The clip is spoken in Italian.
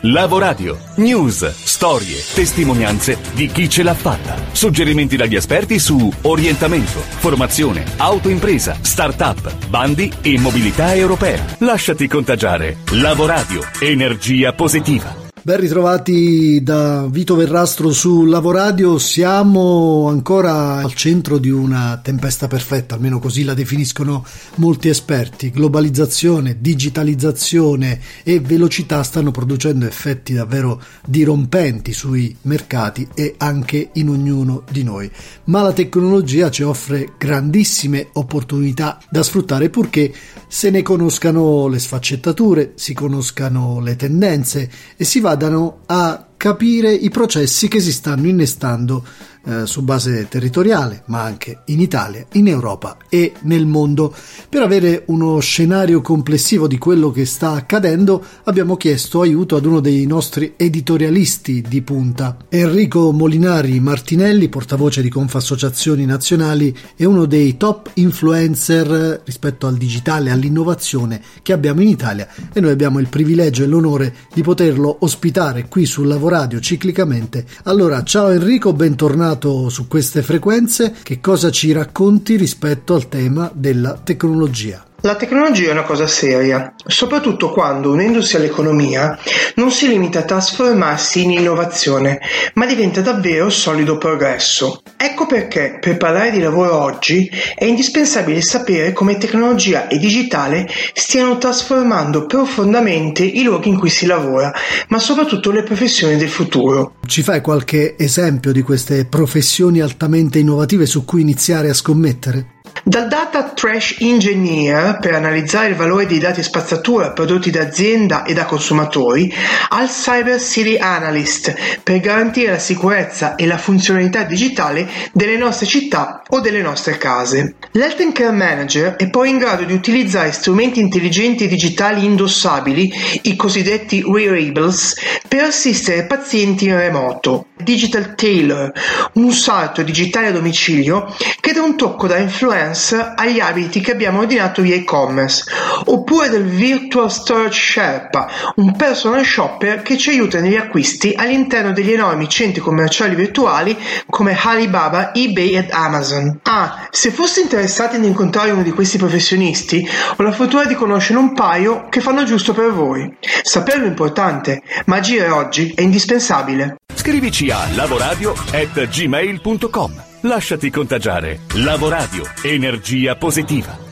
Lavoradio. News, storie, testimonianze di chi ce l'ha fatta. Suggerimenti dagli esperti su orientamento, formazione, autoimpresa, start-up, bandi e mobilità europea. Lasciati contagiare. Lavoradio. Energia positiva. Ben ritrovati da Vito Verrastro su Lavoradio. Siamo ancora al centro di una tempesta perfetta, almeno così la definiscono molti esperti. Globalizzazione, digitalizzazione e velocità stanno producendo effetti davvero dirompenti sui mercati e anche in ognuno di noi. Ma la tecnologia ci offre grandissime opportunità da sfruttare, purché se ne conoscano le sfaccettature, si conoscano le tendenze e si vadano a capire i processi che si stanno innestando su base territoriale, ma anche in Italia, in Europa e nel mondo. Per avere uno scenario complessivo di quello che sta accadendo abbiamo chiesto aiuto ad uno dei nostri editorialisti di punta, Enrico Molinari Martinelli, portavoce di Confassociazioni Nazionali e uno dei top influencer rispetto al digitale e all'innovazione che abbiamo in Italia, e noi abbiamo il privilegio e l'onore di poterlo ospitare qui sul Lavoradio ciclicamente. Allora, ciao Enrico, bentornato su queste frequenze. Che cosa ci racconti rispetto al tema della tecnologia? La tecnologia è una cosa seria, soprattutto quando, unendosi all'economia, non si limita a trasformarsi in innovazione, ma diventa davvero solido progresso. Ecco perché, per parlare di lavoro oggi, è indispensabile sapere come tecnologia e digitale stiano trasformando profondamente i luoghi in cui si lavora, ma soprattutto le professioni del futuro. Ci fai qualche esempio di queste professioni altamente innovative su cui iniziare a scommettere? Dal data trash engineer per analizzare il valore dei dati spazzatura prodotti da azienda e da consumatori, al cyber city analyst per garantire la sicurezza e la funzionalità digitale delle nostre città o delle nostre case. L'health care manager è poi in grado di utilizzare strumenti intelligenti e digitali indossabili, i cosiddetti wearables, per assistere pazienti in remoto. Digital tailor, un sarto digitale a domicilio che dà un tocco da influencer agli abiti che abbiamo ordinato via e-commerce, oppure del virtual storage Sherpa, un personal shopper che ci aiuta negli acquisti all'interno degli enormi centri commerciali virtuali come Alibaba, eBay ed Amazon. Se foste interessati ad incontrare uno di questi professionisti, ho la fortuna di conoscere un paio che fanno giusto per voi. Saperlo è importante, ma agire oggi è indispensabile. Scrivici a lavoradio@gmail.com. Lasciati contagiare. Lavoradio. Energia positiva.